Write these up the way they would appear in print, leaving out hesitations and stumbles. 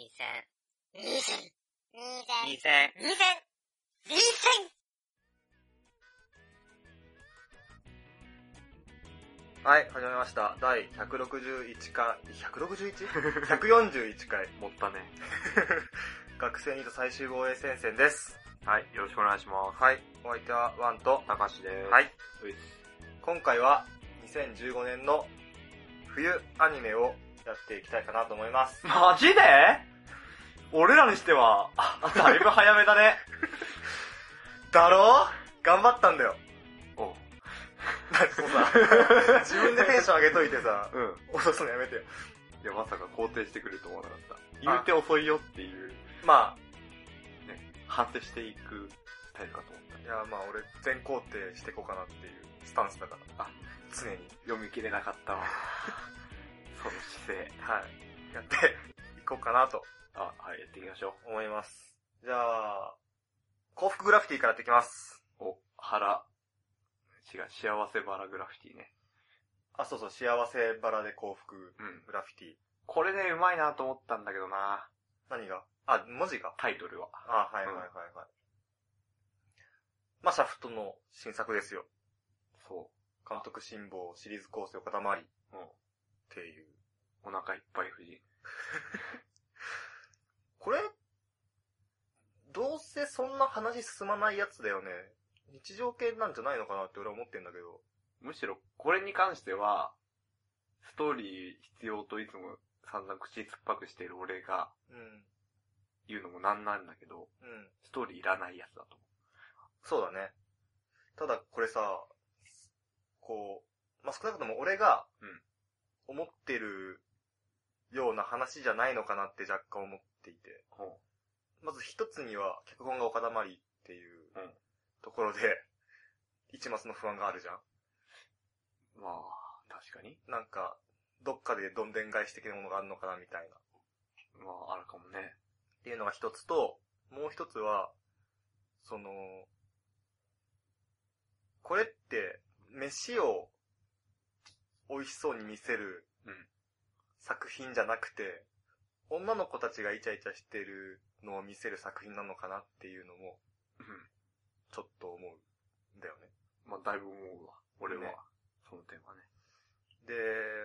はい、始まりました。第161回、141?141 回。 持ったね。 学生ニート最終防衛戦線です。 はい、よろしくお願いします。 はい、お相手はワンと高橋です。 はい。今回は2015年の冬アニメをやっていきたいかなと思います。 マジで？俺らにしては、だいぶ早めだね。 だろ？頑張ったんだよ。 おう。 だってもうさ、自分でテンション上げといてさ、落とすのやめてよ。 いや、まさか肯定してくると思わなかった。言うて遅いよっていう。 まあ、 ね、反省していくスタイルかと思った。 いや、まあ俺、全肯定していこうかなっていうスタンスだから。常に。 読み切れなかったわ。その姿勢。 はい。やっていこうかなと。 はい、やっていきましょう。思います。じゃあ、幸福グラフィティからやっていきます。 違う、幸せバラグラフィティね。 そうそう、幸せバラで幸福グラフィティ。 これね、うまいなと思ったんだけどな。 何が？文字が？ タイトルは。 はいはいはいはい。まあ、シャフトの新作ですよ。 そう。 監督辛抱、シリーズ構成を固まり。っていう。 お腹いっぱい夫人。 これ、どうせそんな話進まないやつだよね。日常系なんじゃないのかなって俺は思ってんだけど。 むしろ、これに関しては、ストーリー必要といつも散々口酸っぱくしている俺が、言うのもなんなんだけど、ストーリーいらないやつだと思う。 そうだね。ただこれさ、こう、まあ、少なくとも俺が、思ってるような話じゃないのかなって若干思っていて。まず一つには、脚本が岡田まりっていう、ところで、一抹の不安があるじゃん。 まあ、確かに。 なんか、どっかでどんでん返し的なものがあるのかなみたいな。 まあ、あるかもね。 っていうのが一つと、もう一つは、これって、飯を美味しそうに見せる作品じゃなくて、女の子たちがイチャイチャしてるのを見せる作品なのかなっていうのも、ちょっと思うんだよね。 まあ、だいぶ思うわ。俺は、ね、その点はね。 で、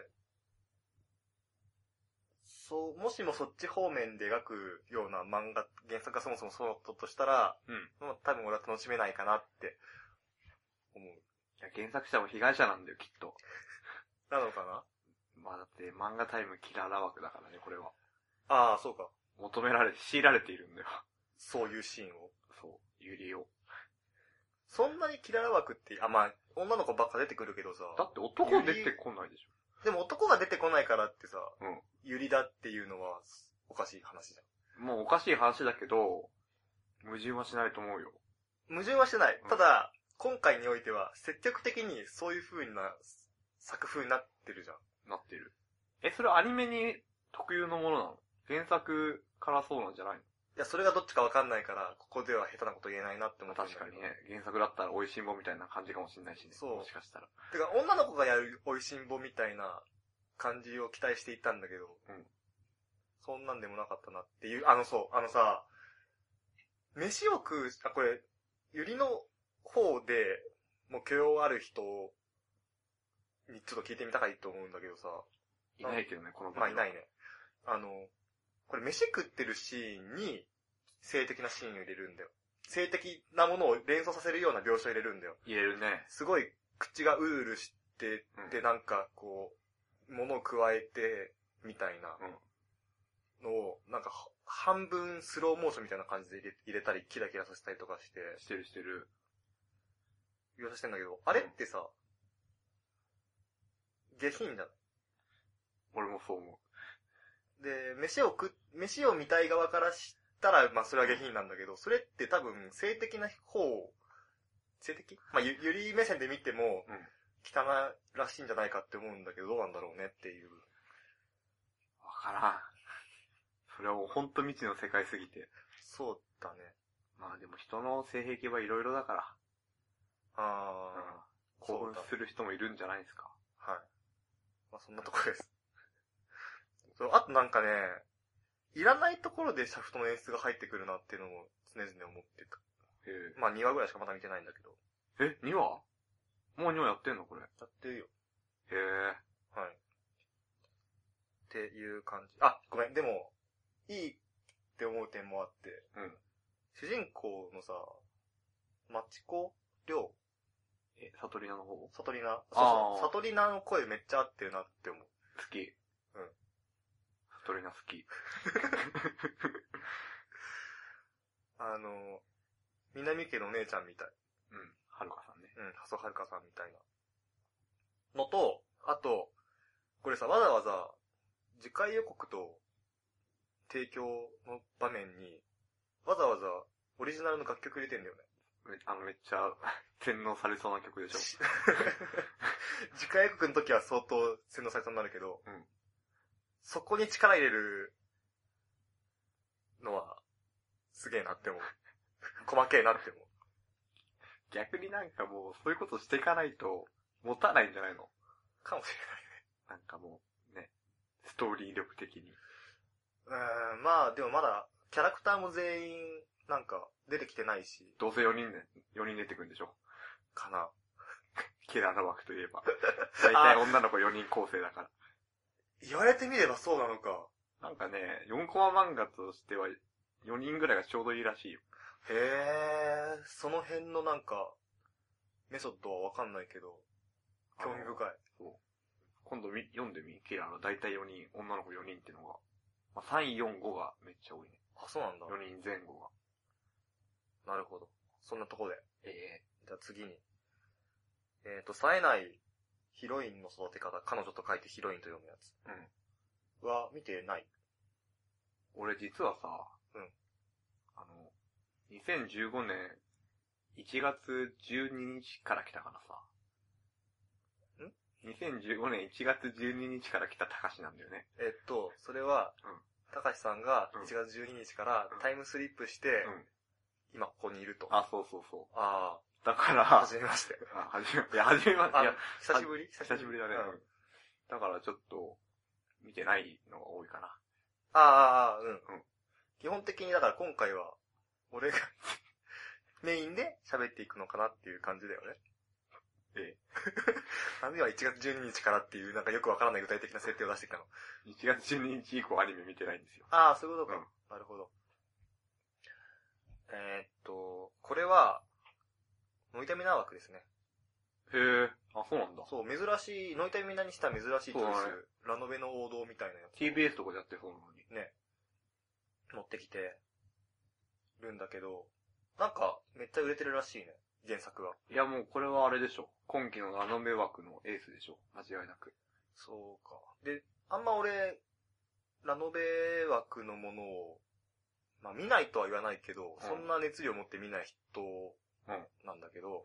もしもそっち方面で描くような漫画、原作がそもそもそうだったとしたら、多分俺は楽しめないかなって思う。 いや、原作者も被害者なんだよ、きっと。 なのかな？ まあだって漫画タイムキララ枠だからね、これは。 そうか。 求められて、強いられているんだよ。 そういうシーンを。 そう、ユリを。 そんなにキララ枠って、まあ、女の子ばっか出てくるけどさ。 だって男出てこないでしょ。 でも男が出てこないからってさ、ユリだっていうのはおかしい話じゃん。 もうおかしい話だけど、矛盾はしないと思うよ。 矛盾はしてない。ただ、今回においては積極的にそういう風な作風になってるじゃん。 なってる。それアニメに特有のものなの？原作からそうなんじゃないの？ いや、それがどっちかわかんないから、ここでは下手なこと言えないなって思ってるんだけど。 確かにね、原作だったら美味しんぼみたいな感じかもしれないしね。そう。もしかしたら。 てか、女の子がやる美味しんぼみたいな感じを期待していったんだけど、そんなんでもなかったなっていう、さ、飯を食う、これ、ゆりの方で、もう許容ある人にちょっと聞いてみたいと思うんだけどさ。 いないけどね、この場合。まあ、いないね。これ飯食ってるシーンに性的なシーンを入れるんだよ。性的なものを連想させるような描写を入れるんだよ。 入れるね。 すごい口がうるうるして、で、なんかこう、物を加えて、みたいなのを、なんか半分スローモーションみたいな感じで入れたり、キラキラさせたりとかして。 してる。 描写してんだけど、あれってさ、下品じゃない？ 俺もそう思う。 で、飯を見たい側からしたら、まあそれは下品なんだけど、それって多分性的な方、性的？まあゆり目線で見ても、汚らしいんじゃないかって思うんだけど、どうなんだろうねっていう。 わからん。それはもうほんと未知の世界すぎて。 そうだね。 まあでも人の性癖はいろいろだから。興奮する人もいるんじゃないですか。 はい。まあそんなとこです。あとなんかね、 いらないところでシャフトの演出が入ってくるなっていうのも常々思ってた。まあ2話ぐらいしかまだ見てないんだけど。 2話もう2話やってんのこれ。 やってるよ。 へえ。 はい。っていう感じ。あ、ごめん、でも、いいって思う点もあって、主人公のさ、マチコリョウ。 サトリナの方？ サトリナ。そうそう。サトリナの声めっちゃ合ってるなって思う。 好き。サトリナ好き。 南家のお姉ちゃんみたい。 はるかさんね。 はるかさんみたいな。のと、あと、これさ、わざわざ、次回予告と、提供の場面に、わざわざ、オリジナルの楽曲入れてんだよね。 めっちゃ、洗脳されそうな曲でしょ。 次回予告の時は相当洗脳されそうになるけど、そこに力入れるのは、すげえなって思う。細けえなって思う。 逆になんかもう、そういうことしていかないと、持たないんじゃないの？ かもしれないね。 なんかもう、ね、ストーリー力的に。 まあ、でもまだ、キャラクターも全員、なんか、出てきてないし。 どうせ4人出てくるんでしょ？ かな。 キラの枠といえば。大体女の子4人構成だから。 言われてみればそうなのか。 なんかね、4コマ漫画としては、4人ぐらいがちょうどいいらしいよ。 へえ、その辺のなんか、メソッドはわかんないけど、興味深い。 そう。今度読んでみ、キラの大体4人、女の子4人っていうのが、まあ、3、4、5がめっちゃ多いね。 あ、そうなんだ。 4人前後が。 なるほど。そんなとこで。じゃあ次に。冴えないヒロインの育て方、彼女と書いてヒロインと読むやつ。は、見てない。 俺実はさ、2015年1月12日から来たからさ。2015年1月12日から来たたかしなんだよね。 それは、たかしさんが1月12日からタイムスリップして、今ここにいると。 あ、そうそうそう。 ああ。 だから、 はじめまして。 はじめまして。いや、 久しぶりだね。だからちょっと、見てないのが多いかな。 基本的にだから今回は、俺がメインで喋っていくのかなっていう感じだよね。なんでは1月12日からっていうなんかよくわからない具体的な設定を出してきたの。 1月12日以降アニメ見てないんですよ。 ああ、そういうことか。なるほど。これは、ノイタミナ枠ですね。 へえ、あ、そうなんだ。 そう、珍しい、ノイタミナにした珍しいチョイス、ラノベの王道みたいなやつ。 TBS とかでやってそうなのに。 ね。持ってきてるんだけど、なんか、めっちゃ売れてるらしいね、原作が。 いやもうこれはあれでしょ。今期のラノベ枠のエースでしょ。間違いなく。 そうか。で、あんま俺、ラノベ枠のものを、まあ見ないとは言わないけど、そんな熱量持って見ない人なんだけど、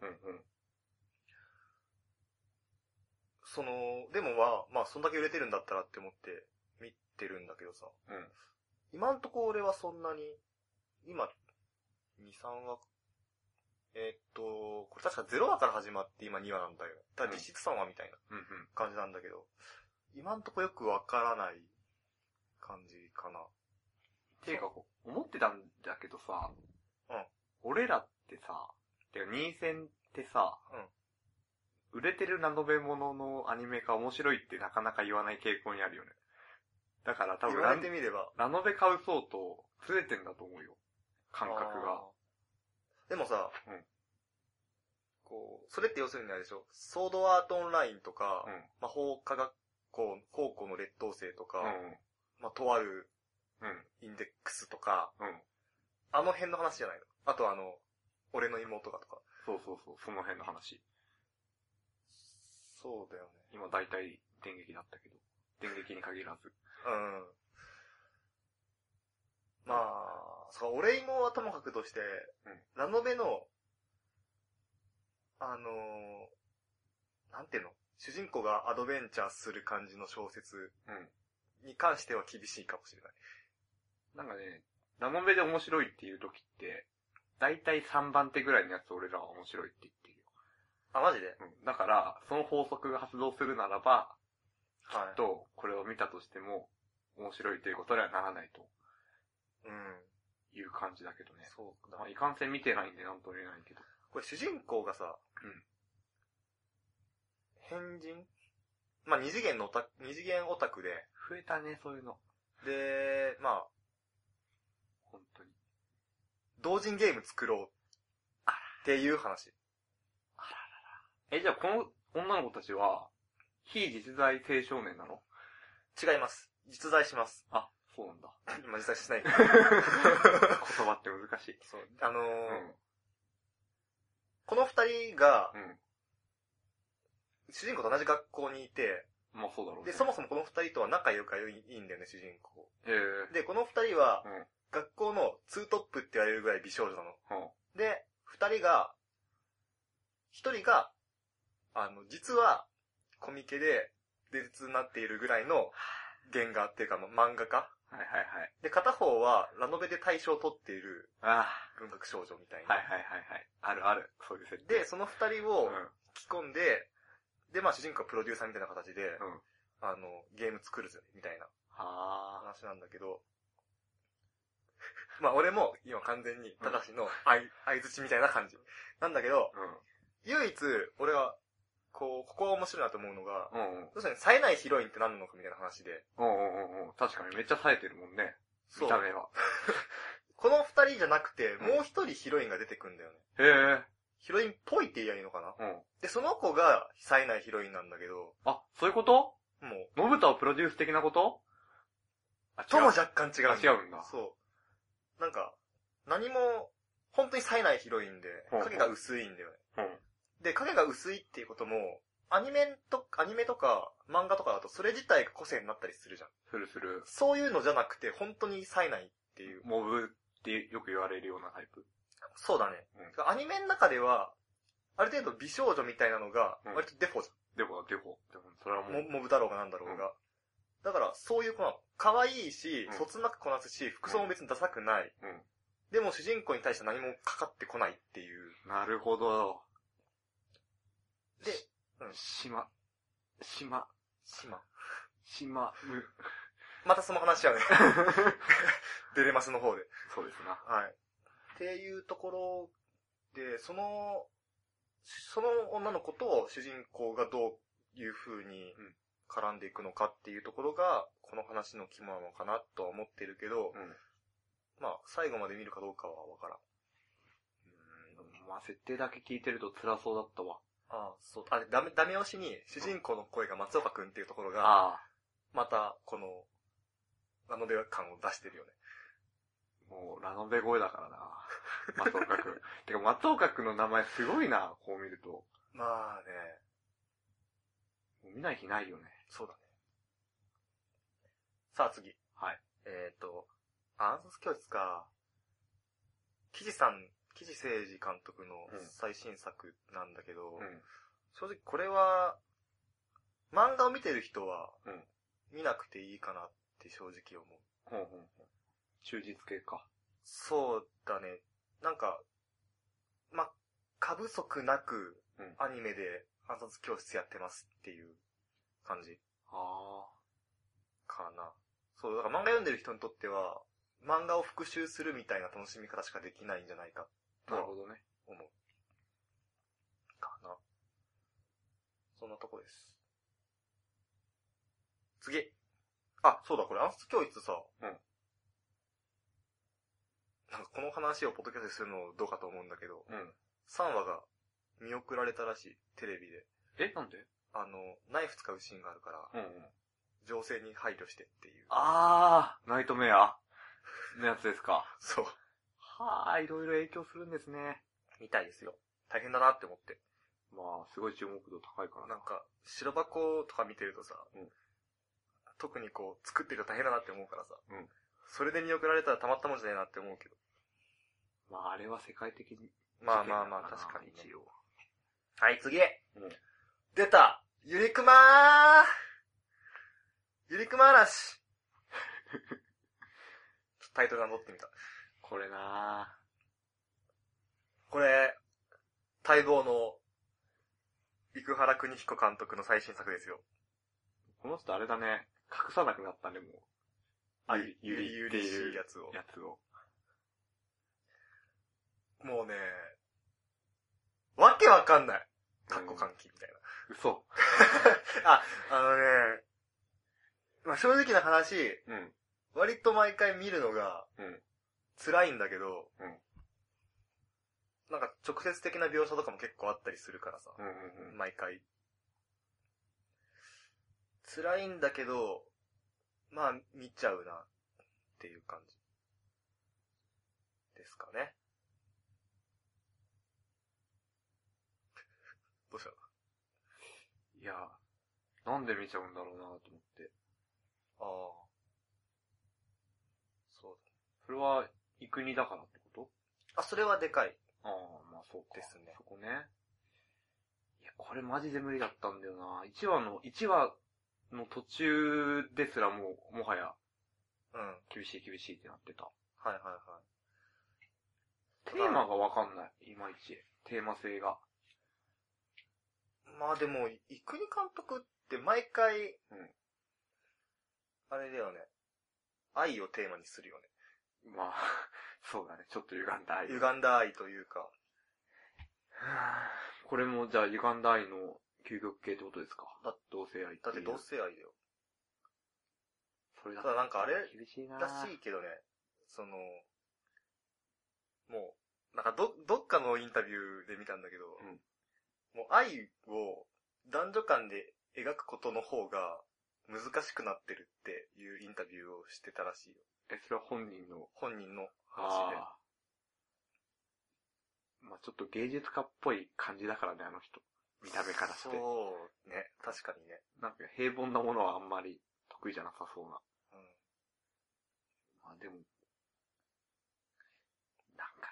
でもまあそんだけ売れてるんだったらって思って見てるんだけどさ、今んとこ俺はそんなに、今、2、3話、これ確か0話から始まって今2話なんだよ。だから実質3話みたいな感じなんだけど、今んとこよくわからない感じかな。 ていうか、思ってたんだけどさ、俺らってさ、ニーセンってさ、売れてるラノベもののアニメ化面白いってなかなか言わない傾向にあるよね。だから多分言われてみればラノベ買う層とずれてんだと思うよ。感覚が。 でもさ、それって要するにあれでしょ、ソードアートオンラインとか、魔法科学校、高校の劣等生とか、まあ、とある、インデックスとか、あの辺の話じゃないの。あと俺の妹がとか。 そう、その辺の話。 そうだよね。 今大体電撃だったけど、電撃に限らず。 まあ、俺妹はともかくとして、ラノベの、なんていうの、主人公がアドベンチャーする感じの小説に関しては厳しいかもしれない。 なんかね、ラノベで面白いっていう時って、だいたい3番手ぐらいのやつ俺らは面白いって言ってるよ。 あ、マジで？ だから、その法則が発動するならば、きっと、これを見たとしても、面白いということにはならないという感じだけどね。 そうだ。 まあ、いかんせん見てないんでなんとも言えないけど。 これ主人公がさ、 うん。 変人まあ、二次元オタクで。 増えたね、そういうの。 で、まあ、 本当に。 同人ゲーム作ろうっていう話。 あららら。じゃあこの女の子たちは、非実在青少年なの？ 違います。実在します。 あ、そうなんだ。 今実在してないけど。 言葉って難しい。 そう。 うんこの二人が、 うん。 主人公と同じ学校にいて、 まあそうだろうね。 で、そもそもこの二人とは仲良くいいんだよね、主人公。 へえ。 で、この二人は、 うん。 学校のツートップって言われるぐらい美少女なの。 うん。 で、一人が、実は、コミケで伝説になっているぐらいの原画っていうか、漫画家はいはいはい。 で、片方は、ラノベで大賞を取っているあ文学少女みたいあ。 な。 はいはいはいはい。あるある。そういう設定。 で、その二人をうん。 引き込んで、で、まあ主人公はプロデューサーみたいな形で、 うん。 ゲーム作るぜ、みたいなはあ。 話なんだけど、まあ俺も今完全に、高橋の相槌みたいな感じ。なんだけど、唯一、俺は、ここは面白いなと思うのが、 うん。うんうん。 要するに冴えないヒロインって何なのかみたいな話で。 うんうんうん。確かにめっちゃ冴えてるもんね。 そう見た目は。 この二人じゃなくて、 うんもう一人ヒロインが出てくんだよね。 へえ。 ヒロインっぽいって言えばいいのかなうん。 で、その子が冴えないヒロインなんだけど、 あ、そういうこと？ ものぶたをプロデュース的なこと？あ、 う、とも若干違うんだ。 違うんだ。 そう。なんか、何も、本当に冴えないヒロインで、 うん影が薄いんだよね。 うん。 で、影が薄いっていうことも、アニメとか漫画とかだとそれ自体が個性になったりするじゃん。 するする。 そういうのじゃなくて、本当に冴えないっていう。 モブってよく言われるようなタイプ。 そうだね。アニメの中では、ある程度美少女みたいなのが、割とデフォじでも、それはもう。 モブだろうがなんだろうが。だから、そういう子なの。可愛いし、そつなくこなすし、服装も別にダサくない。でも主人公に対して何もかかってこないっていう。 なるほど。 で、またその話はね、デレマスの方で。 そうですな。 はい。っていうところで、その女の子と主人公がどういう風に絡んでいくのかっていうところが、この話の肝なのかなとは思ってるけど、まあ、最後まで見るかどうかはわからん。 まあ、設定だけ聞いてると辛そうだったわ。 ああ、そう。ダメ押しに主人公の声が松岡くんっていうところが、また、この、ラノベ感を出してるよね。 もう、ラノベ声だからな。松岡くん。てか、松岡くんの名前すごいな、こう見ると。 まあね。 もう見ない日ないよね。 そうだね。さあ次。 はい。 暗殺教室か。木地誠二監督の最新作なんだけど、正直これは、漫画を見てる人は、見なくていいかなって正直思う。 忠実系か。 そうだね。なんか、ま、過不足なく、アニメで暗殺教室やってますっていう感じ。かな。そう、だから漫画読んでる人にとっては、漫画を復習するみたいな楽しみ方しかできないんじゃないかと。 なるほどね。 思う。かな。そんなとこです。次。あ、そうだ、これ暗殺教室さ。なんかこの話をポッドキャストでするのどうかと思うんだけど、3話が見送られたらしい、テレビで。 なんで？ ナイフ使うシーンがあるから、情勢に配慮してっていう。 ナイトメアのやつですか。 そう。 いろいろ影響するんですね。 みたいですよ。大変だなって思って。 まあ、すごい注目度高いからなんか、白箱とか見てるとさ、特にこう、作ってると大変だなって思うからさ、それで見送られたらたまったもんじゃないなって思うけど。 まあ、あれは世界的に。 まあ、確かに、ね。 一応。 はい、次。出たゆりくまーゆりくま嵐タイトル名乗ってみた。 これなぁ。これ、待望の、生原邦彦監督の最新作ですよ。 この人あれだね、隠さなくなったね、もう。 ゆりっていうやつを。 もうね、わけわかんない。カッコ換気みたいな。 嘘。 まあ、正直な話、割と毎回見るのが、辛いんだけど、なんか直接的な描写とかも結構あったりするからさ、毎回。辛いんだけど、まあ見ちゃうなっていう感じですかね。どうしたの？ いや、なんで見ちゃうんだろうなと思って。 ああ。そうだ。 それは、イクニだからってこと？ それはでかい。 ああ、まあそうか。 ですね。 そこね。いや、これマジで無理だったんだよな。1話の途中ですらもはや、厳しいってなってた。 はいはいはい。 テーマがわかんない。いまいち。テーマ性が。 まあでも、イクニ監督って毎回、あれだよね。愛をテーマにするよね。 まあ、そうだね。ちょっと歪んだ愛。 歪んだ愛というか。 これもじゃあ歪んだ愛の究極系ってことですか？同性愛って。 だって同性愛だよ。 それだただなんかあれ厳しいならしいけどね、もう、なんかどっかのインタビューで見たんだけど、もう愛を男女間で描くことの方が難しくなってるっていうインタビューをしてたらしいよ。 それは本人の話で。 まあちょっと芸術家っぽい感じだからね、あの人。見た目からして。 そうね、確かにね。 なんか平凡なものはあんまり得意じゃなさそうな。まあでも、なんかな。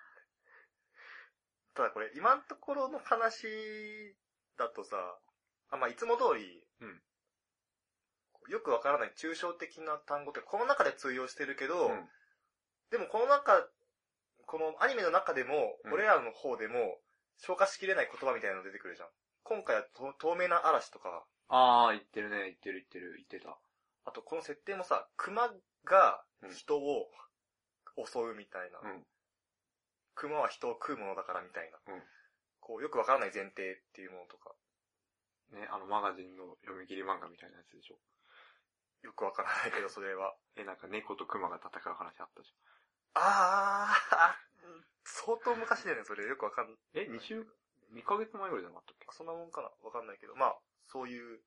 ただこれ今のところの話だとさ、まあいつも通り、よくわからない抽象的な単語ってこの中で通用してるけど、でもこのアニメの中でも、俺らの方でも消化しきれない言葉みたいなの出てくるじゃん。今回は透明な嵐とか。 言ってるね、言ってた。 あとこの設定もさ、熊が人を襲うみたいな。熊は人を食うものだからみたいな。こう、よくわからない前提っていうものとか。 ね、マガジンの読み切り漫画みたいなやつでしょ。 よくわからないけど、それは。 なんか猫と熊が戦う話あったじゃん。相当昔だよね、それ。よくわかんない。 2ヶ月前ぐらいじゃなかったっけ？ そんなもんかなわかんないけど。まあ、そういう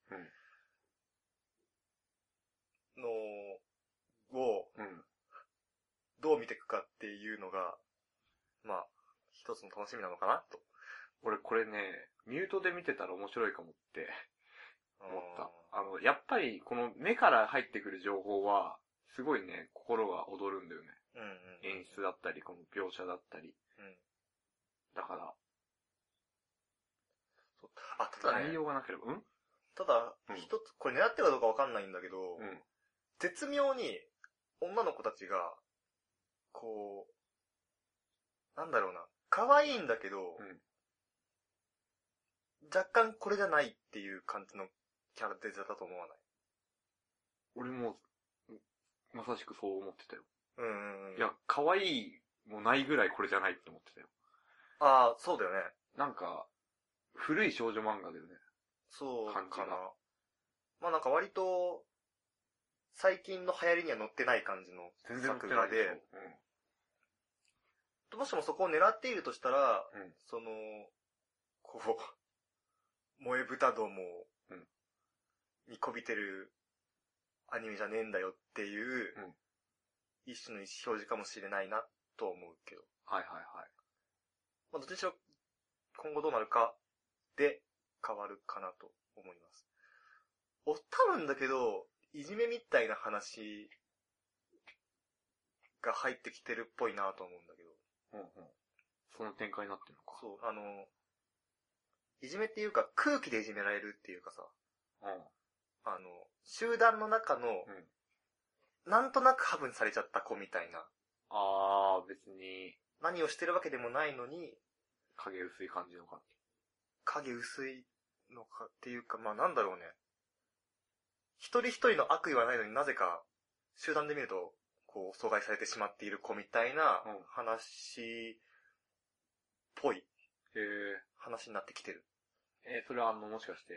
のを、どう見ていくかっていうのが、まあ、一つの楽しみなのかなと。 俺これね、ミュートで見てたら面白いかもって思った。やっぱりこの目から入ってくる情報は、すごいね、心が躍るんだよね。演出だったり、この描写だったり。だから、 ただね。 内容がなければ、 ただ、一つ、これ狙ってるかどうかわかんないんだけど、絶妙に女の子たちが、こう、なんだろうな、可愛いんだけど、若干これじゃないっていう感じのキャラデザだと思わない？ 俺も、まさしくそう思ってたよ。 いや、可愛いもないぐらいこれじゃないって思ってたよ。 そうだよね。 なんか、古い少女漫画だよね。 そうかな。まあなんか割と、最近の流行りには乗ってない感じの作画で、どうしてもそこを狙っているとしたら、こう、萌え豚どもにこびてるアニメじゃねえんだよっていう、一種の意思表示かもしれないなと思うけど。まあどっちにしろ今後どうなるかで変わるかなと思います。多分だけど、いじめみたいな話が入ってきてるっぽいなと思うんだけど。 その展開になってるのか。 そう、いじめっていうか空気でいじめられるっていうかさ、集団の中の、なんとなくハブにされちゃった子みたいな。 別に。 何をしてるわけでもないのに、 影薄い感じのか。 影薄いのかっていうか、まあなんだろうね。一人一人の悪意はないのになぜか、集団で見ると、こう、阻害されてしまっている子みたいな話ぽいへえ。 話になってきてる。 それはもしかして、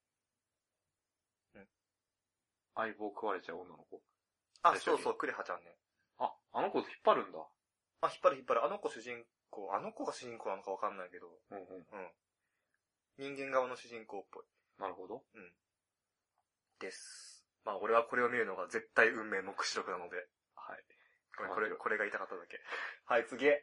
相棒食われちゃう女の子？ あ、そうそう、クレハちゃんね。 あの子引っ張るんだ。 あ、引っ張る。あの子が主人公なのかわかんないけど。 うん。 人間側の主人公っぽい。 なるほど。 です。まあ、俺はこれを見るのが絶対運命目視録なので。 はい。 これが言いたかっただけ。はい、次。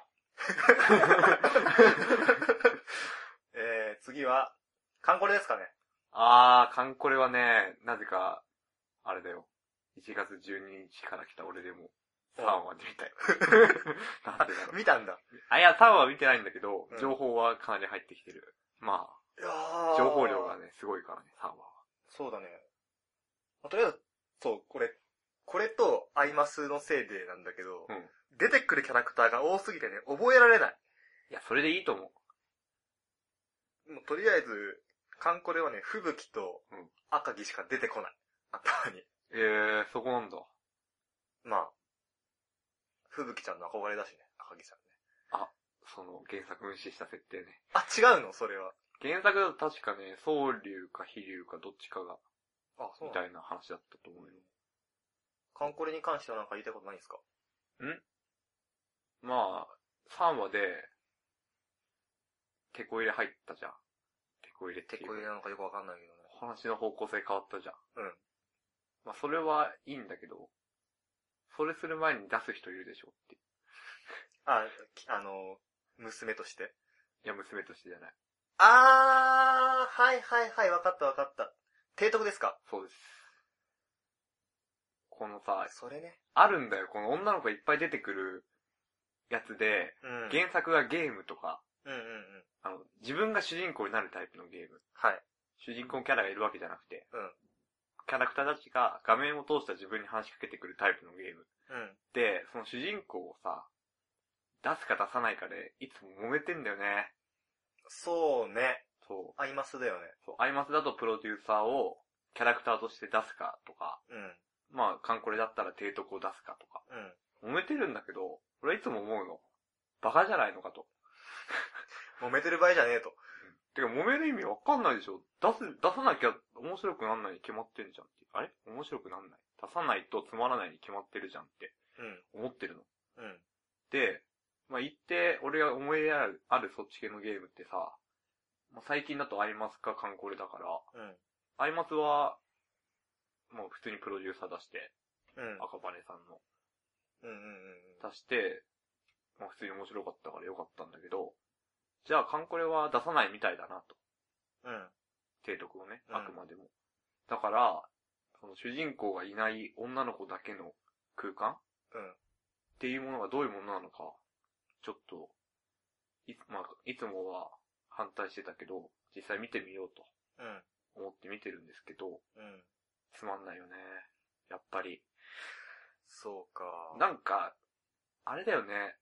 次は、カンコレですかね。 カンコレはね、なぜか、あれだよ。1月12日から来た俺でも、3話で見たよ。なんでだろう。 見たんだ。 いや、3話見てないんだけど、情報はかなり入ってきてる。まあ、情報量がね、すごいからね、3話は。 そうだね。とりあえず、そう、これとアイマスのせいでなんだけど、出てくるキャラクターが多すぎてね、覚えられない。 いや、それでいいと思う。 もうとりあえず、カンコレはね、吹雪と赤木しか出てこない。頭に。 そこなんだ。 まあ、吹雪ちゃんの憧れだしね、赤木さんね。 その原作無視した設定ね。 違うのそれは。 原作だと確かね、宗龍か飛龍かどっちかが、 そうみたいな話だったと思うよ。 カンコレに関してはなんか言いたいことないんですか？ まあ、3話で、テコ入れ入ったじゃん。テコ入れなのかよくわかんないけどね。 話の方向性変わったじゃん。 うん。 まあ、それはいいんだけど、それする前に出す人いるでしょって。 娘として。 いや、娘としてじゃない。 はい、わかった。提督ですか？ そうです。このさ、 それね。 あるんだよ。この女の子がいっぱい出てくるやつで、原作がゲームとか、自分が主人公になるタイプのゲーム。 はい。 主人公キャラがいるわけじゃなくて、 うん。 キャラクターたちが画面を通した自分に話しかけてくるタイプのゲーム。 うん。 で、その主人公をさ、出すか出さないかで、いつも揉めてんだよね。 そうね。 そう。 アイマスだよね。 そう。アイマスだとプロデューサーをキャラクターとして出すかとか、まあ、カンコレだったら提督を出すかとか、揉めてるんだけど、俺はいつも思うの。バカじゃないのかと。 揉めてる場合じゃねえと。 てか、揉める意味わかんないでしょ。出さなきゃ面白くなんないに決まってんじゃんって。あれ面白くなんない。出さないとつまらないに決まってるじゃんって。思ってるの。で、まあ、言って、俺が思い入れあるそっち系のゲームってさ、まあ、最近だとアイマスかカンコレだから、アイマスは、もう普通にプロデューサー出して、赤羽さんの。出して、まあ普通に面白かったからよかったんだけど、じゃあカンコレは出さないみたいだなと。提督をね、あくまでも。だから、その主人公がいない女の子だけの空間っていうものがどういうものなのか、ちょっと、いつもは反対してたけど、実際見てみようと。思って見てるんですけど、つまんないよね。やっぱり。 そうか。 なんか、あれだよね。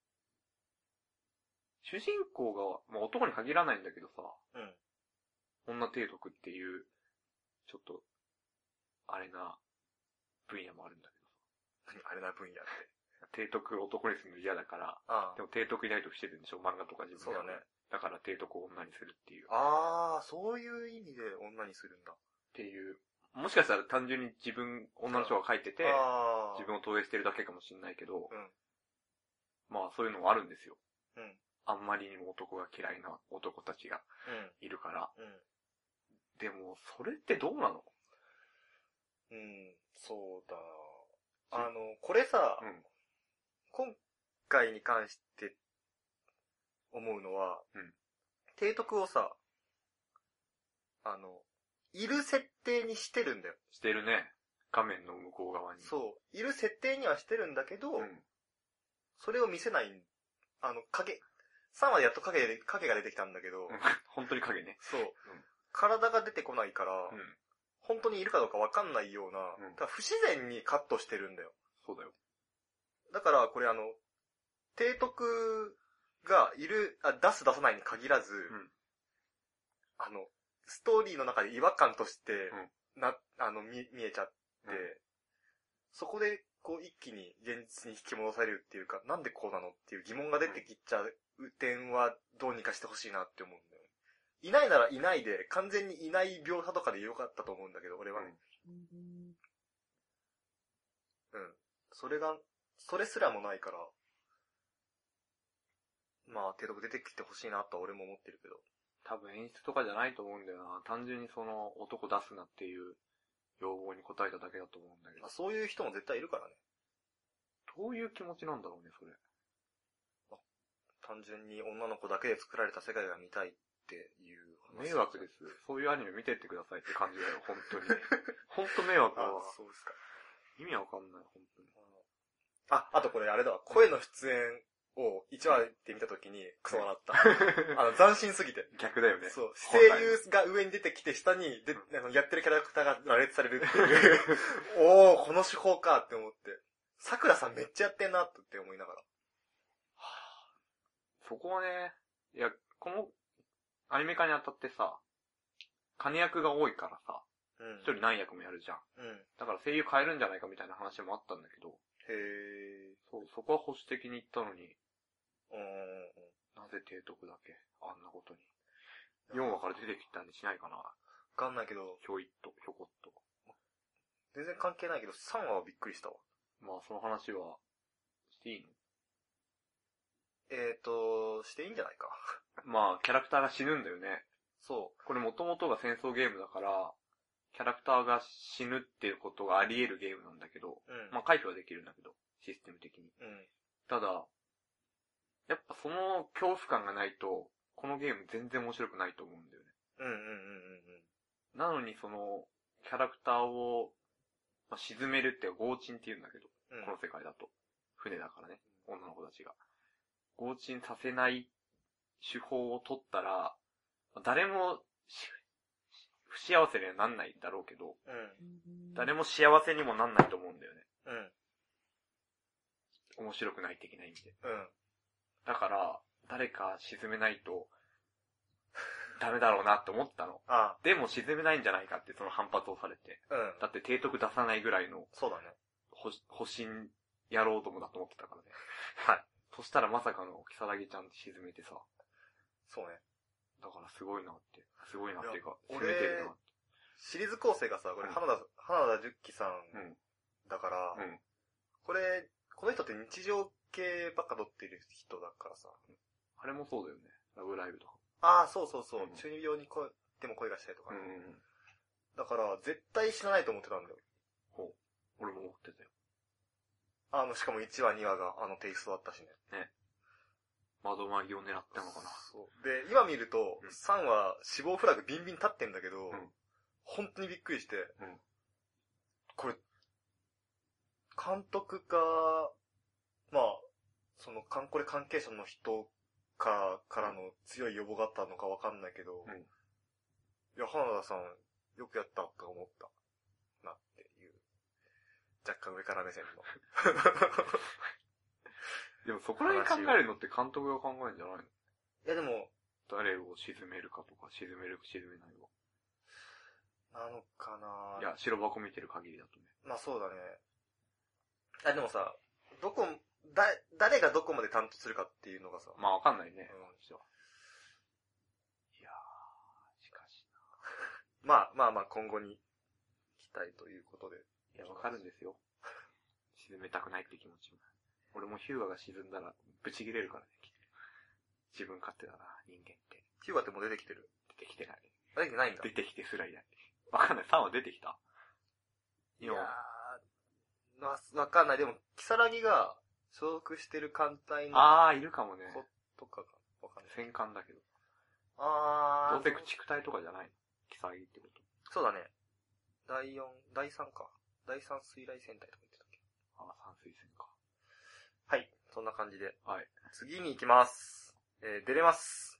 主人公が、まあ、男に限らないんだけどさ、女提督っていう、ちょっと、あれな分野もあるんだけどさ。あれな分野って。 提督男にするの嫌だから、でも提督いないとしてるんでしょ、漫画とか自分で。 そうだね。 だから提督を女にするっていう。 そういう意味で女にするんだ。 っていう。もしかしたら単純に女の人が書いてて、自分を投影してるだけかもしれないけど、まあそういうのもあるんですよ。あんまりにも男が嫌いな男たちがいるから。でも、それってどうなの？ そうだな。これさ、今回に関して思うのは、提督をさ、いる設定にしてるんだよ。 してるね。画面の向こう側に。 そう。いる設定にはしてるんだけど、それを見せない、3話でやっと影が出てきたんだけど、 本当に影ね。 そう。体が出てこないから、本当にいるかどうかわかんないような、不自然にカットしてるんだよ。 そうだよ。 だから、これ提督がいる、出す出さないに限らず、ストーリーの中で違和感として、見えちゃって、そこでこう一気に現実に引き戻されるっていうか、なんでこうなのっていう疑問が出てきちゃう点はどうにかしてほしいなって思うんだよね。いないならいないで、完全にいない描写とかでよかったと思うんだけど、俺はね。うん。それすらもないから、まあ、程度出てきてほしいなとは俺も思ってるけど。 多分演出とかじゃないと思うんだよな。単純にその男出すなっていう要望に応えただけだと思うんだけど。 まあ、そういう人も絶対いるからね。 どういう気持ちなんだろうね、それ。 まあ、単純に女の子だけで作られた世界が見たいっていう話。迷惑です。そういうアニメ見てってくださいって感じだよ、本当に。本当迷惑だわ。 そうですか。 意味わかんない、本当に。 あとこれあれだわ。声の出演を1話で見たときにクソ笑った。斬新すぎて。 逆だよね。 そう。声優が上に出てきて下にやってるキャラクターが羅列されるっていう。おー、この手法かって思って。桜さんめっちゃやってんなって思いながら。 そこはね、いや、このアニメ化にあたってさ、金役が多いからさ、一人何役もやるじゃん。だから声優変えるんじゃないかみたいな話もあったんだけど。そう、そこは保守的に言ったのに、なぜ提督だけ、あんなことに。4話から出てきたんにしないかな。わかんないけど。 ひょこっと。 全然関係ないけど、3話はびっくりしたわ。 まあ、その話は、していいの？ していいんじゃないか。 まあ、キャラクターが死ぬんだよね。 そう。 これ元々が戦争ゲームだから、キャラクターが死ぬっていうことがあり得るゲームなんだけど、まあ回避はできるんだけど、システム的に。ただ、やっぱその恐怖感がないと、このゲーム全然面白くないと思うんだよね。なのにその、キャラクターを、まあ、沈めるって強沈って言うんだけど、この世界だと。船だからね、女の子たちが。強沈させない手法を取ったら、誰も不幸せにはなんないだろうけど、誰も幸せにもなんないと思うんだよね。面白くない的な意味で。だから、誰か沈めないと、ダメだろうなって思ったの。でも沈めないんじゃないかってその反発をされて。だって提督出さないぐらいの、 そうだね。 保身野郎どもだと思ってたからね。 はい。 そしたらまさかのキサラギちゃん沈めてさ。 そうね。 だからすごいなっていうか、攻めてるなって。 シリーズ構成がさ、これ、花田十喜さんだから、この人って日常系ばっか撮ってる人だからさ。 あれもそうだよね。ラブライブとか。 そう。中二病にでも恋がしたいとかね。だから、絶対死なないと思ってたんだよ。 俺も思ってたよ。 しかも1話2話がテイストだったしね。 ね。窓マギを狙ったのかな。 そう。で、今見ると、3話死亡フラグビンビン立ってんだけど、本当にびっくりして、これ、監督が、まあ、これ関係者の人からの強い要望があったのかわかんないけど、いや、花田さん、よくやったと思った。なっていう。若干上から目線の。 でもそこら辺考えるのって監督が考えるんじゃないの？いやでも、 誰を沈めるかとか、沈める沈めないを。 なのかないや、白箱見てる限りだとね。 まあそうだね。でもさ、誰がどこまで担当するかっていうのがさ。 まあわかんないね。いやー、しかしな。まあ今後に期待ということで。 いや、わかるんですよ。沈めたくないって気持ちも。俺もヒューガが沈んだら、ブチ切れるからね。自分勝手だな、人間って。 ヒューガってもう出てきてる？ 出てきてない。 出てきてないんだ。 出てきてすらいない。わかんない。3話出てきた？ いやー、わかんない。でも、キサラギが所属してる艦隊の。いるかもね。 とかが、わかんない。 戦艦だけど。どうせ駆逐隊とかじゃないの？キサラギってこと。 そうだね。第3か。第3水雷戦隊とか言ってたっけ？ 3水戦か。 はい。そんな感じで。 はい。 次に行きます。出れます。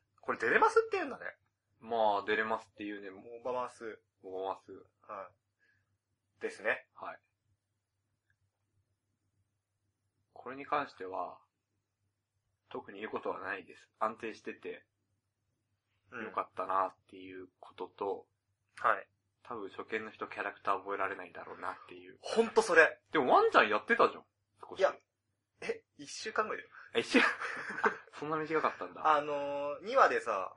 これ出れますって言うんだね。 まあ、出れますっていうね。 モバマス。はい。ですね。 はい。これに関しては、特に言うことはないです。安定してて、よかったなっていうことと、 はい。 多分初見の人キャラクター覚えられないんだろうなっていう。 ほんとそれ。 でもワンちゃんやってたじゃん。少し。 いや、1週間ぐらいだよ。 一週間そんな短かったんだ。 2話でさ、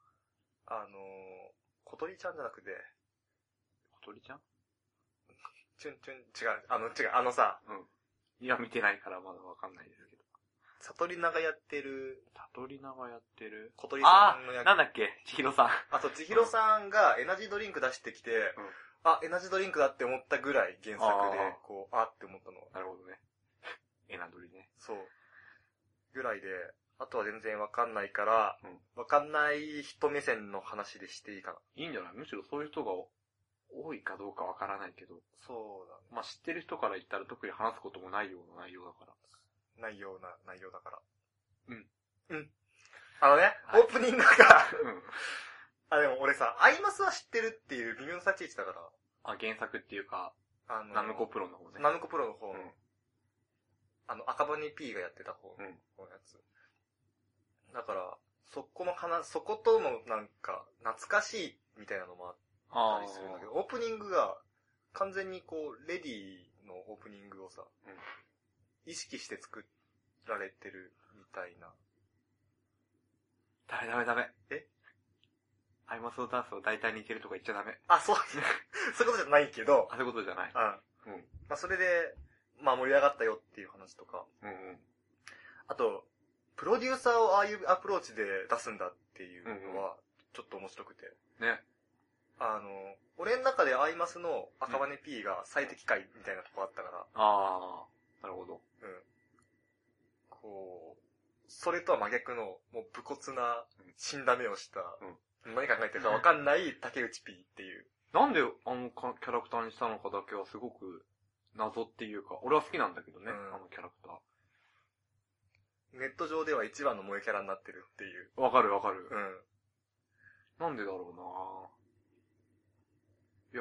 小鳥ちゃんじゃなくて、 小鳥ちゃん違う、さ、 いや、見てないからまだわかんないですけど。 悟りながやってる。 悟りながやってる小鳥さんのなんだっけ千尋さん。 そう、千尋さんがエナジードリンク出してきて、エナジードリンクだって思ったぐらい原作で、って思ったの。 なるほどね。エナドリね。 そう。ぐらいで、あとは全然わかんないから、わかんない人目線の話でしていいかな。 いいんじゃない？むしろそういう人が多いかどうかわからないけど。 そうだね。 まあ、知ってる人から言ったら特に話すこともないような内容だから。 ないような内容だから。 うん。 オープニングがでも俺さ、アイマスは知ってるっていう微妙な立ち位置だから。 原作っていうか、ナムコプロの方ね。 ナムコプロの方。赤羽 P がやってた方のやつ。だから、そことのなんか、懐かしいみたいなのもあったりするんだけど、オープニングが、完全にレディのオープニングをさ、意識して作られてるみたいな。 ダメ。アイマスのダンスを大体似てるとか言っちゃダメ。 そういうことじゃないけど。 そういうことじゃない。 それで、盛り上がったよっていう話とか。あと、プロデューサーをああいうアプローチで出すんだっていうのは、ちょっと面白くて。 ね。 俺の中でアイマスの赤羽 P が最適解みたいなとこあったから。 なるほど。 それとは真逆の、もう武骨な、死んだ目をした、何考えてるかわかんない竹内 P っていう。 なんでキャラクターにしたのかだけはすごく謎っていうか、俺は好きなんだけどね、キャラクター。 ネット上では一番の萌えキャラになってるっていう。 わかる。なんでだろうな。いや、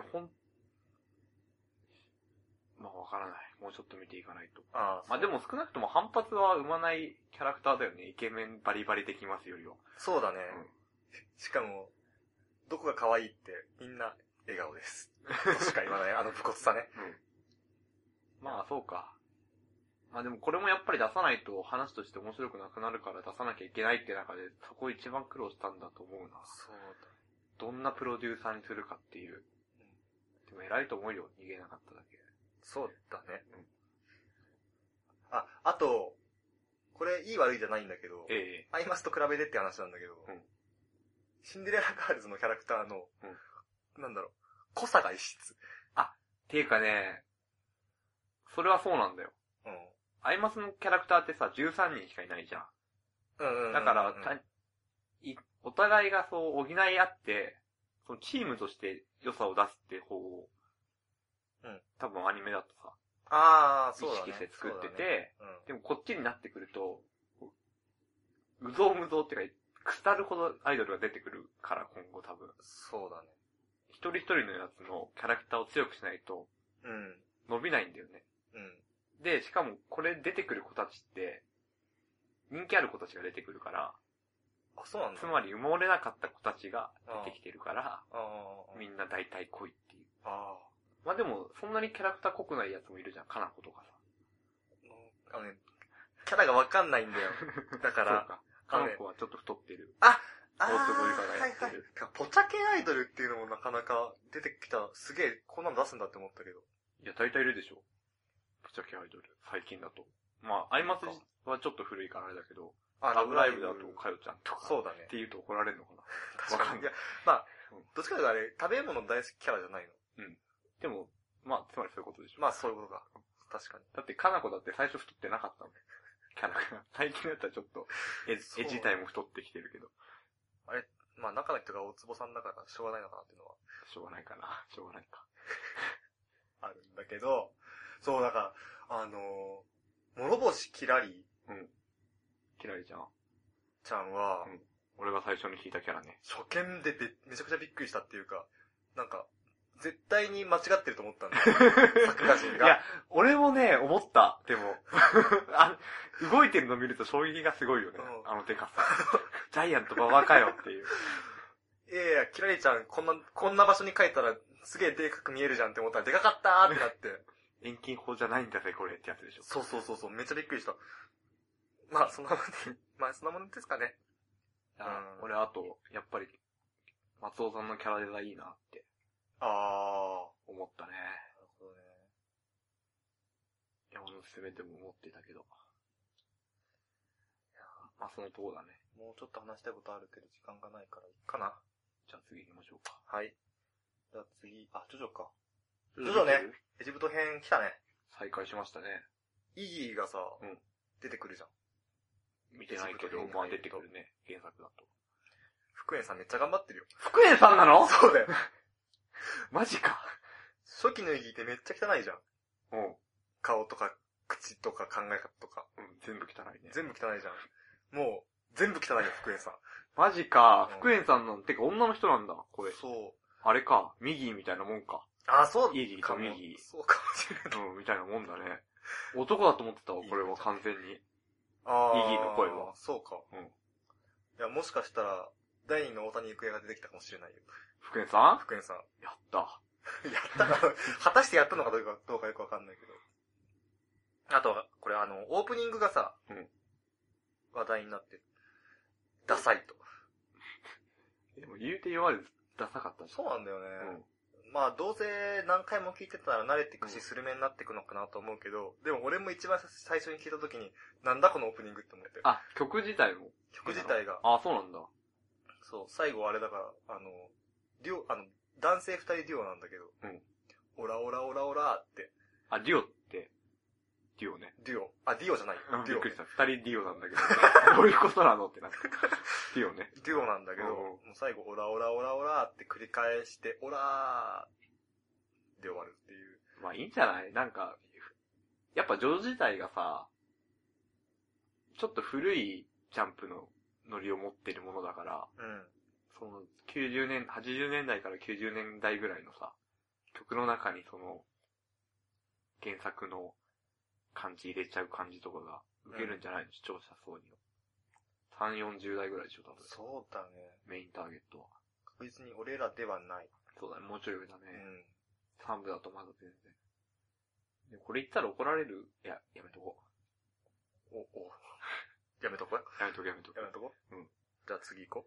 わからない。もうちょっと見ていかないと。でも少なくとも反発は生まないキャラクターだよね。イケメンバリバリできますよりは。 そうだね。しかも、どこが可愛いってみんな笑顔です。としか言わない、武骨さね。 そうか。でもこれもやっぱり出さないと話として面白くなくなるから出さなきゃいけないって中でそこ一番苦労したんだと思うな。 そうだ。 どんなプロデューサーにするかっていう。でも偉いと思うよ、逃げなかっただけ。 そうだね。あと、これいい悪いじゃないんだけど、アイマスと比べてって話なんだけど、シンデレラガールズのキャラクターの、濃さが異質。 っていうかね、それはそうなんだよ。アイマスのキャラクターってさ、13人しかいないじゃん。だから、お互いがそう補い合って、そのチームとして良さを出すって方を、多分アニメだとさ、 そうだね。 意識して作ってて、でもこっちになってくると、うぞうむぞうってか、腐るほどアイドルが出てくるから今後多分。 そうだね。 一人一人のやつのキャラクターを強くしないと、伸びないんだよね。で、しかもこれ出てくる子たちって、人気ある子たちが出てくるから、 そうなんだ。 つまり埋もれなかった子たちが出てきてるから、みんな大体濃いっていう。でも、そんなにキャラクター濃くないやつもいるじゃん、かなことかさ。 キャラがわかんないんだよ。だから、 かなこはちょっと太ってる。 ポチャ系アイドルっていうのもなかなか出てきた、すげえ、こんなの出すんだって思ったけど。 いや、大体いるでしょ。ポチャ系アイドル、最近だと。アイマスはちょっと古いからあれだけど、ラブライブだとかよちゃんとか。 そうだね。 って言うと怒られるのかな。 確かに。いや、どっちかというとあれ、食べ物大好きキャラじゃないの。 でも、つまりそういうことでしょ。 そういうことか。確かに。 だって、かなこだって最初太ってなかったもん。キャラが。最近だったらちょっと、絵自体も太ってきてるけど。 あれ、中の人が大坪さんだからしょうがないのかなっていうのは。 しょうがないかな。しょうがないか。 あるんだけど、そう、だから、諸星キラリ。 キラリちゃんは、 俺が最初に聞いたキャラね。 初見でめちゃくちゃびっくりしたっていうか、絶対に間違ってると思ったんだよ。作画陣が。 いや、俺もね、思った。でも、動いてるの見ると衝撃がすごいよね。あのデカさ。ジャイアント馬場かよっていう。 いやいや、キラリちゃん、こんな場所に書いたら、すげえでかく見えるじゃんって思ったら、でかかったーってなって。 遠近法じゃないんだぜ、これってやつでしょ。 そう、めっちゃびっくりした。まあ、そんなもんで、まあ、そんなもんですかね。 俺、あと、やっぱり、松尾さんのキャラデザいいなって。思ったね。なるほどね。山のすべても思ってたけど。まあ、そのとこだね。 もうちょっと話したいことあるけど、時間がないから、いいかな。 じゃあ次行きましょうか。 はい。じゃあ次、ジョジョか。ジョジョね、エジプト編来たね。 再開しましたね。 イギーがさ、出てくるじゃん。 見てないけど、まあ出てくるね、原作だと。 福円さんめっちゃ頑張ってるよ。 福円さんなの？ そうだよ。 マジか。 初期のイギーってめっちゃ汚いじゃん。 うん。 顔とか、口とか考え方とか。 全部汚いね。 全部汚いじゃん。もう、全部汚いよ、福円さん。 マジか。福円さんの、てか女の人なんだ、これ。 そう。 あれか、ミギーみたいなもんか。 そうイギーとミギー。 そうかもしれない。 みたいなもんだね。男だと思ってたわ、これは完全に。イギーの声は。 そうか。いや、もしかしたら、第2の大谷育英が出てきたかもしれないよ。 福円さん福円さん。 やった。 やったか、果たしてやったのかどうかよくわかんないけど。あとは、これオープニングがさ、話題になってる。ダサいと。 でも言うて言われずダサかったし。 そうなんだよね。まあ、どうせ何回も聞いてたら慣れていくし、スルメになっていくのかなと思うけど、でも俺も一番最初に聞いた時に、なんだこのオープニングって思って。 曲自体も曲自体が。 そうなんだ。 そう、最後あれだから、男性二人デュオなんだけど、オラオラオラオラって。 デュオって、デュオね。 デュオ。ディオじゃない。 デュオ。びっくりした。二人デュオなんだけど。どういうことなのってなって。デュオね。 デュオなんだけど、もう最後、オラオラオラオラって繰り返して、オラーで終わるっていう。 まあいいんじゃない？なんか、やっぱジョジョ自体がさ、ちょっと古いジャンプのノリを持ってるものだから、その80年代から90年代ぐらいのさ、曲の中にその、原作の感じ入れちゃう感じとかが受けるんじゃないの、視聴者層には。3、40代ぐらいでしょ、多分。 そうだね。 メインターゲットは。 確実に俺らではない。 そうだね、もうちょい上だね。3部だとまだ全然。でこれ言ったら怒られる？いや、やめとこう。 やめとこやめとこじゃあ次行こう。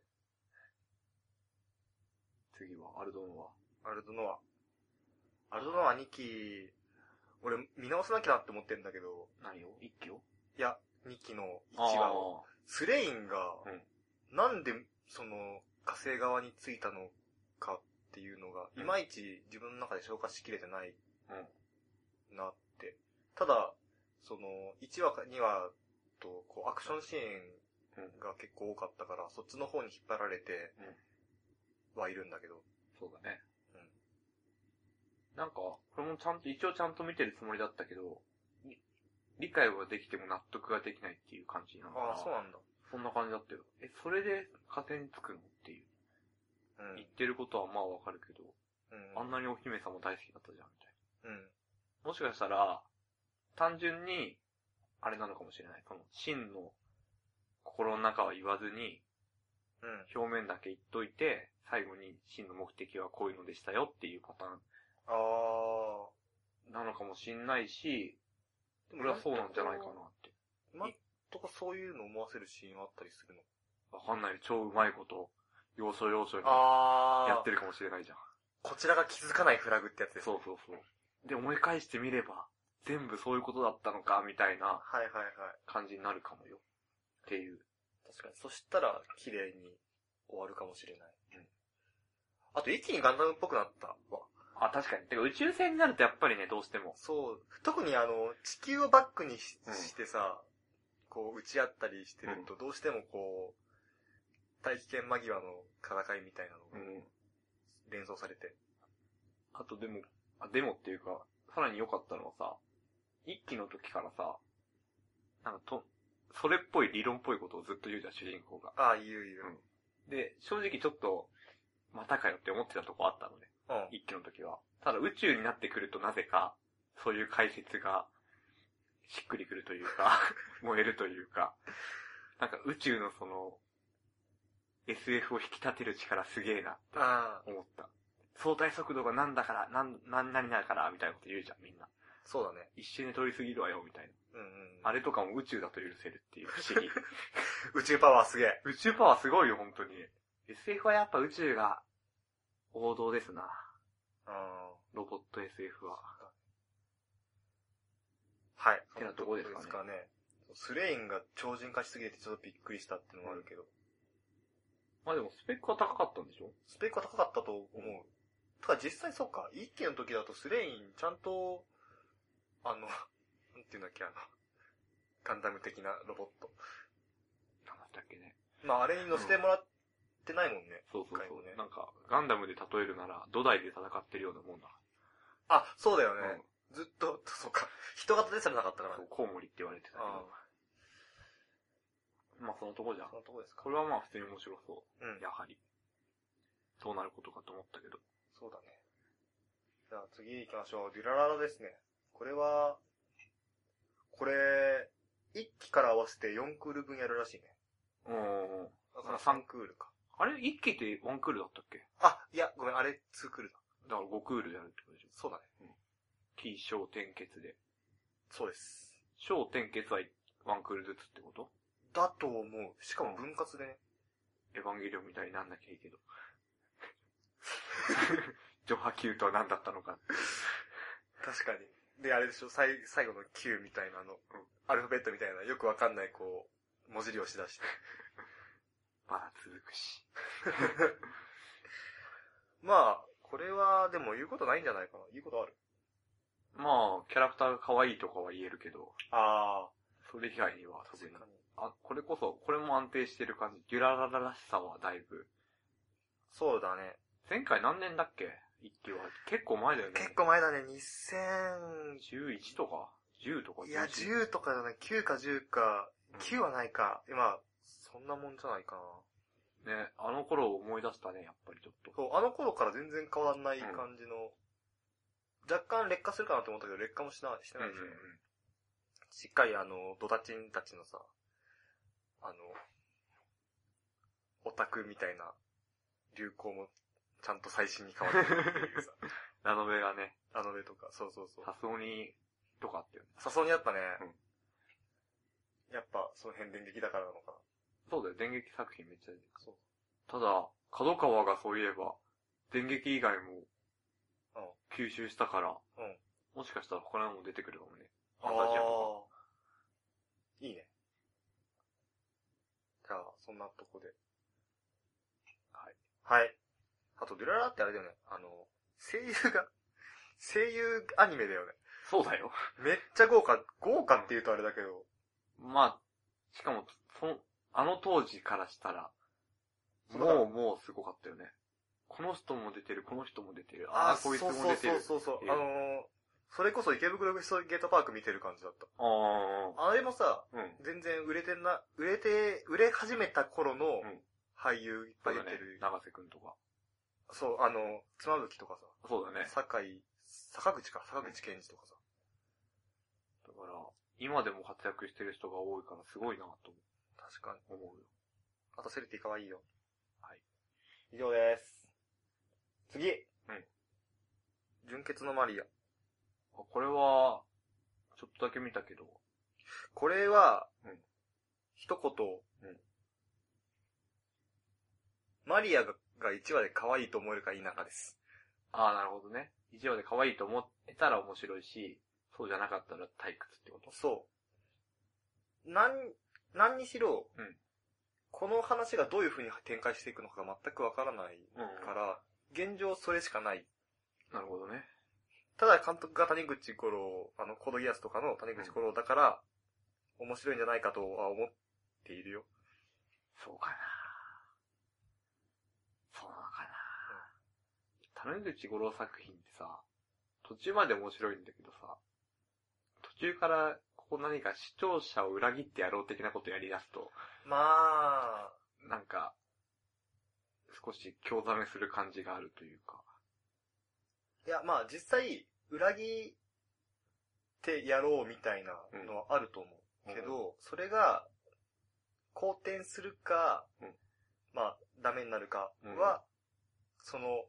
次は、アルドノア。アルドノア2期、俺見直さなきゃなって思ってんだけど。 何を ?1 期を？ いや、2期の1話を。スレインが、なんでその火星側に着いたのかっていうのが、いまいち自分の中で消化しきれてないなって。ただ、その、1話か2話と、こう、アクションシーンが結構多かったから、そっちの方に引っ張られてはいるんだけど。 そうだね。なんか、これも一応ちゃんと見てるつもりだったけど、理解はできても納得ができないっていう感じなのかな。 そうなんだ。 そんな感じだったよ。それで火星に着くのっていう。言ってることはまあわかるけど、あんなにお姫様大好きだったじゃん、みたいな。もしかしたら、単純に、あれなのかもしれない。その、真の心の中は言わずに、表面だけ言っといて、最後に真の目的はこういうのでしたよっていうパターン。なのかもしんないし、俺はそうなんじゃないかなって。 今んとこそういうの思わせるシーンはあったりするの？ わかんない。超うまいこと、要所要所にやってるかもしれないじゃん。 こちらが気づかないフラグってやつです。 そう。で、思い返してみれば、全部そういうことだったのか、みたいな感じになるかもよ。っていう。 確かに。そしたら、綺麗に終わるかもしれない。あと、一気にガンダムっぽくなったわ。 確かに。てか宇宙船になるとやっぱりね、どうしても。 そう。特に地球をバックにしてさ、こう、打ち合ったりしてると、どうしてもこう、大気圏間際の戦いみたいなのが、連想されて。 あとでもっていうか、さらに良かったのはさ、一期の時からさ、なんかそれっぽい理論っぽいことをずっと言うじゃん、主人公が。 言う。 で、正直ちょっと、またかよって思ってたとこあったのね。一期の時は。ただ宇宙になってくるとなぜか、そういう解説が、しっくりくるというか、燃えるというか、なんか宇宙のその、 SF を引き立てる力すげえなってあ思った。相対速度がなんだから、何々だから、みたいなこと言うじゃん、みんな。 そうだね。 一瞬で通り過ぎるわよ、みたいな。 うん。 あれとかも宇宙だと許せるっていう不思議。 宇宙パワーすげえ。 宇宙パワーすごいよ、本当に。SF はやっぱ宇宙が王道ですな。ロボット SF は。 はい。 ってなとこですかね。 スレインが超人化しすぎてちょっとびっくりしたっていうのもあるけど。 まあでもスペックは高かったんでしょ？ スペックは高かったと思う。ただ実際そうか、一期の時だとスレインちゃんと、なんていうんだっけ、ガンダム的なロボット。 なんだったっけね。 まああれに乗せてもらってないもんね。 そうそうそう。ね、なんか、ガンダムで例えるなら、土台で戦ってるようなもんだ。 あ、そうだよね。ずっと、そうか。人型でさえなかったから。 そう、コウモリって言われてたけど。まあそのとこじゃん。 そのとこですか。 これはまあ普通に面白そう。 うん。 やはり。そうなることかと思ったけど。 そうだね。じゃあ次行きましょう。デュラララですね。これ、1期から合わせて4クール分やるらしいね。だから3クールか。 あれ ?1 期って1クールだったっけ？ いや、ごめん、あれ2クールだ。 だから5クールやるってことでしょ？ そうだね。 期、小、転結で。 そうです。 小、転結は1クールずつってこと？ だと思う。しかも分割でね。 エヴァンゲリオンみたいになんなきゃいいけど。ジョハ Q とは何だったのか。 確かに。で、あれでしょ、最後の Q みたいなアルファベットみたいな、よくわかんない文字量しだして。 まだ続くし。 まあ、これは、でも言うことないんじゃないかな。言うことある？ まあ、キャラクターが可愛いとかは言えるけど。それ以外には特に。これも安定してる感じ。デュラララらしさはだいぶ。 そうだね。 前回何年だっけ？一期は。結構前だよね。 結構前だね。2011 とか ?10 とか？ いや、10とかだね。9か10か。9はないか。今、そんなもんじゃないかな。ね、あの頃を思い出したね、やっぱりちょっと。 そう、あの頃から全然変わらない感じの、若干劣化するかなと思ったけど、劣化もしてないですね。しっかりドタチンたちのさ、オタクみたいな流行もちゃんと最新に変わってるっていうさ。 ラノベがね。 ラノベとか、そうそうそう。 サソニとかあったよね。 サソニあったね。やっぱ、その辺電撃だからなのかな。 そうだよ、電撃作品めっちゃ出てくる。そう。ただ、角川がそういえば、電撃以外も、吸収したから、もしかしたら他のも出てくるかもね。ファンタジアとか。 いいね。じゃあ、そんなとこで。はい。はい。あと、デュララってあれだよね。声優アニメだよね。 そうだよ。 めっちゃ豪華って言うとあれだけど。 まあ、しかも、あの当時からしたら、もうすごかったよね。この人も出てる、この人も出てる。こいつも出てる。 そう。それこそ池袋ゲートパーク見てる感じだった。あれもさ、全然売れ始めた頃の俳優いっぱい出てる。 長瀬くんとか。 そう、妻夫木とかさ。 そうだね。 坂口健二とかさ。 だから、今でも活躍してる人が多いからすごいなと確かに。 思うよ。 あとセルティ可愛いよ。 はい。 以上です。次。純潔のマリア。 これは、ちょっとだけ見たけど。 これは、一言、マリアが1話で可愛いと思えるか否かです。 なるほどね。1話で可愛いと思えたら面白いし、そうじゃなかったら退屈ってこと？ そう。何にしろ、この話がどういう風に展開していくのかが全くわからないから、現状それしかない。 なるほどね。 ただ監督が谷口五郎、コードギアスとかの谷口五郎だから、面白いんじゃないかとは思っているよ。 そうかな。そうなのかな。谷口五郎作品ってさ、途中まで面白いんだけどさ、途中から何か視聴者を裏切ってやろう的なことやり出すと、なんか、少し興ざめする感じがあるというか。 いや、実際、裏切ってやろうみたいなのはあると思う。けど、それが、好転するか、 まあ、ダメになるかは、その、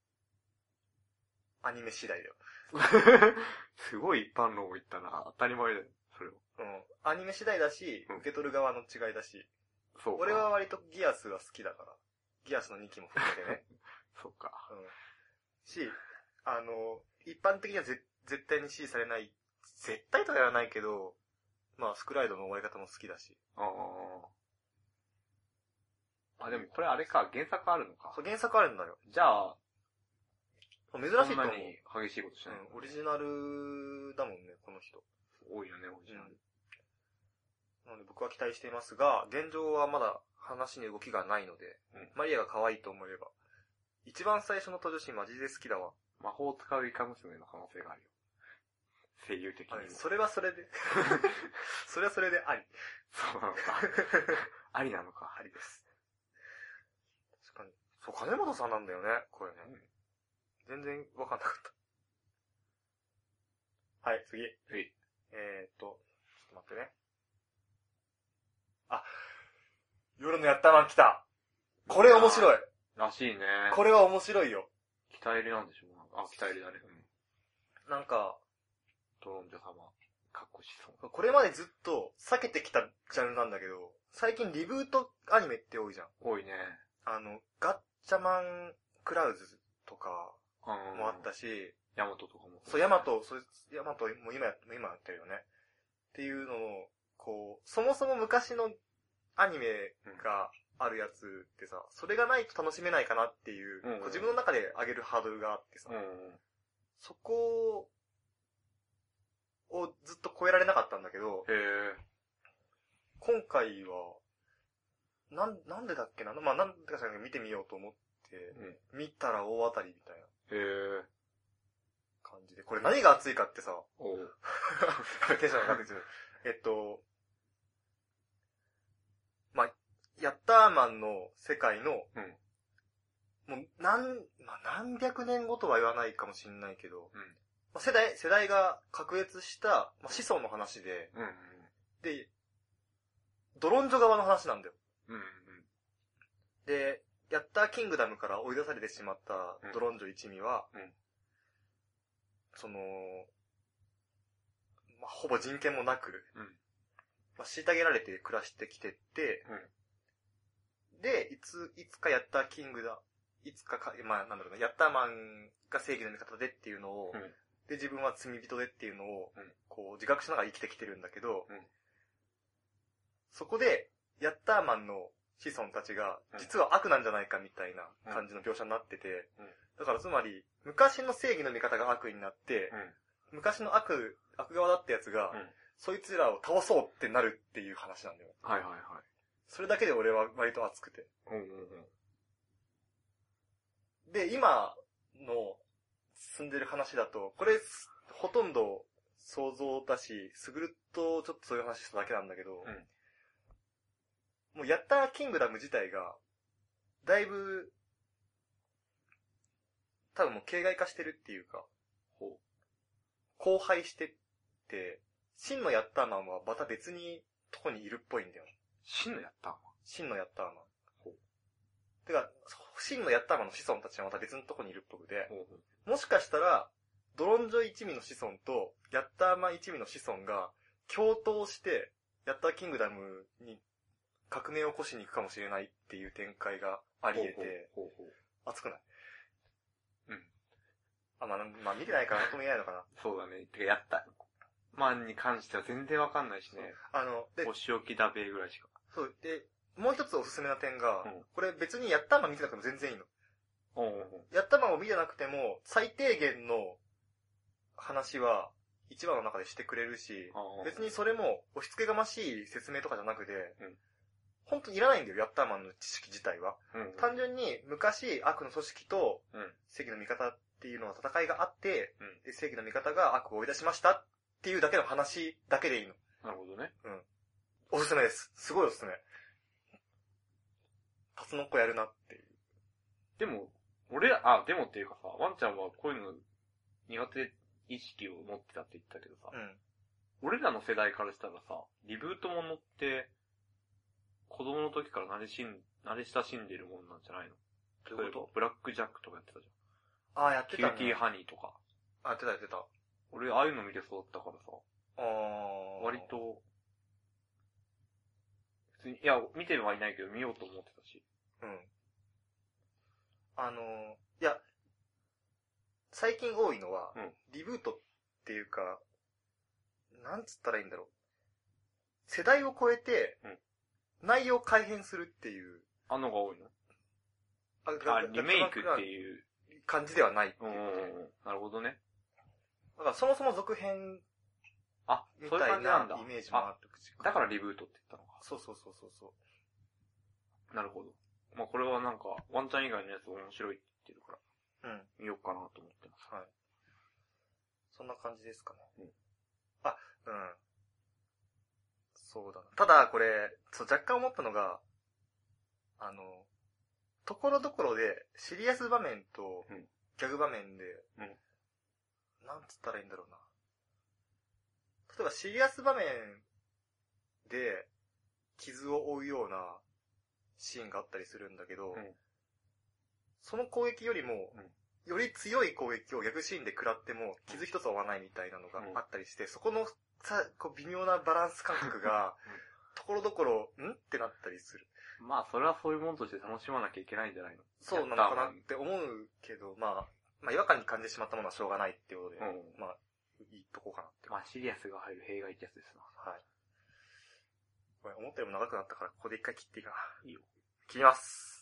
アニメ次第だよ。 すごい一般論を言ったな。当たり前だよ、それは。 うん。アニメ次第だし、受け取る側の違いだし。 そうか。 俺は割とギアスが好きだから。ギアスの2期も含めてね。 そうか。 うん。し、一般的には絶対に支持されない、絶対とは言わないけど、まあ、スクライドの終わり方も好きだし。 あ、でもこれあれか、原作あるのか。 そう、原作あるんだよ。 じゃあ、 珍しいと思う。 そんなに激しいことしない、 オリジナルだもんね、この人。 多いよね、オリジナル。 なので僕は期待していますが、現状はまだ話に動きがないので、マリアが可愛いと思えば。一番最初の登場シーンマジで好きだわ。 魔法を使うイカ娘の可能性があるよ。声優的にも。 それはそれで。それはそれであり。 そうなのか。ありなのか。 ありです。確かに。そう、金本さんなんだよね、これね。全然わかんなかった。はい、次。ちょっと待ってね。あ、夜のヤッターマン来た。これ面白い。 らしいね。 これは面白いよ。 北入りなんでしょうな。あ、北入りだね。 なんか、 ドロンジョ様、かっこしそう。 これまでずっと避けてきたジャンルなんだけど、最近リブートアニメって多いじゃん。 多いね。 ガッチャマンクラウズとかもあったし、 ヤマトとかも。 そう、ヤマトも今やってるよね。っていうのを、こう、そもそも昔のアニメがあるやつってさ、それがないと楽しめないかなっていう、こう自分の中で上げるハードルがあってさ、そこをずっと超えられなかったんだけど、今回は、なんでだっけな、まあなんでか見てみようと思って、見たら大当たりみたいな感じで、これ何が熱いかってさ、テンション上がってきてる。まあ、ヤッターマンの世界の、もう何百年後とは言わないかもしれないけど、まあ、世代が確立した、まあ、子孫の話で、で、ドロンジョ側の話なんだよ。で、ヤッターキングダムから追い出されてしまったドロンジョ一味は、その、まあ、ほぼ人権もなく、まあ、虐げられて暮らしてきてって、で、いつかヤッターキングだ、まあ、なんだろうな、ヤッターマンが正義の味方でっていうのを、で、自分は罪人でっていうのを、こう、自覚しながら生きてきてるんだけど、そこで、ヤッターマンの子孫たちが、実は悪なんじゃないかみたいな感じの描写になってて、だからつまり、昔の正義の味方が悪になって、昔の悪側だったやつが、そいつらを倒そうってなるっていう話なんだよ。それだけで俺は割と熱くて。で、今の進んでる話だと、これ、ほとんど想像だし、スグルとちょっとそういう話しただけなんだけど、もうヤッターキングダム自体が、だいぶ、多分もう形骸化してるっていうか、荒廃してって、真のヤッターマンはまた別にとこにいるっぽいんだよ。 真のヤッターマン？ 真のヤッターマン。てか、真のヤッターマンの子孫たちはまた別のとこにいるっぽくて、もしかしたら、ドロンジョ一味の子孫と、ヤッターマン一味の子孫が、共闘して、ヤッターキングダムに革命を起こしに行くかもしれないっていう展開があり得て、熱くない？まあ見てないからなんとも言えないのかな。 そうだね。てか、ヤッターマンに関しては全然わかんないしね。お仕置きだべぐらいしか。 そう。で、もう一つおすすめな点が、これ別にヤッターマン見てなくても全然いいの。ヤッターマンを見てなくても、最低限の話は一話の中でしてくれるし、別にそれも押し付けがましい説明とかじゃなくて、本当にいらないんだよ、ヤッターマンの知識自体は。単純に昔悪の組織と正義の味方っていうのの戦いがあって、で正義の味方が悪を追い出しましたっていうだけの話だけでいいの。 なるほどね。 おすすめです。すごいおすすめ。タツノコやるなっていう。 でもっていうかさ、ワンちゃんはこういうの苦手意識を持ってたって言ったけどさ、俺らの世代からしたらさ、リブートものって、子供のの時から慣れ親しんでるもんなんじゃないの？ どういうこと？ ブラックジャックとかやってたじゃん。ああ、やってたね。 キューティーハニーとか。 あ、やってたやってた。 俺、ああいうの見て育ったからさ。割と、普通に、いや、見てはいないけど見ようと思ってたし。 うん。いや、最近多いのは、リブートっていうか、なんつったらいいんだろう。世代を超えて、内容を改変するっていう。 あのが多いの？リメイクっていう感じではないっていう。 なるほどね。 だからそもそも続編みたいなイメージもある。 だからリブートって言ったのか。 そう。 なるほど。まあこれはなんか、ワンちゃん以外のやつ面白いって言ってるから、見ようかなと思ってます。 はい。そんな感じですかね。そうだな。ただ、これ、若干思ったのが、ところどころで、シリアス場面と、ギャグ場面で、なんつったらいいんだろうな。例えば、シリアス場面で、傷を負うようなシーンがあったりするんだけど、その攻撃よりも、より強い攻撃を逆シーンで食らっても、傷一つ負わないみたいなのがあったりして、そこの微妙なバランス感覚が、ところどころ、ってなったりする。 まあ、それはそういうもんとして楽しまなきゃいけないんじゃないの？ そうなのかなって思うけど、まあ、違和感に感じてしまったものはしょうがないっていうことで、まあ、いいとこかなって。 まあ、シリアスが入る弊害ってやつですな。 はい。これ、思ったよりも長くなったから、ここで一回切っていいかな。 いいよ。 切ります。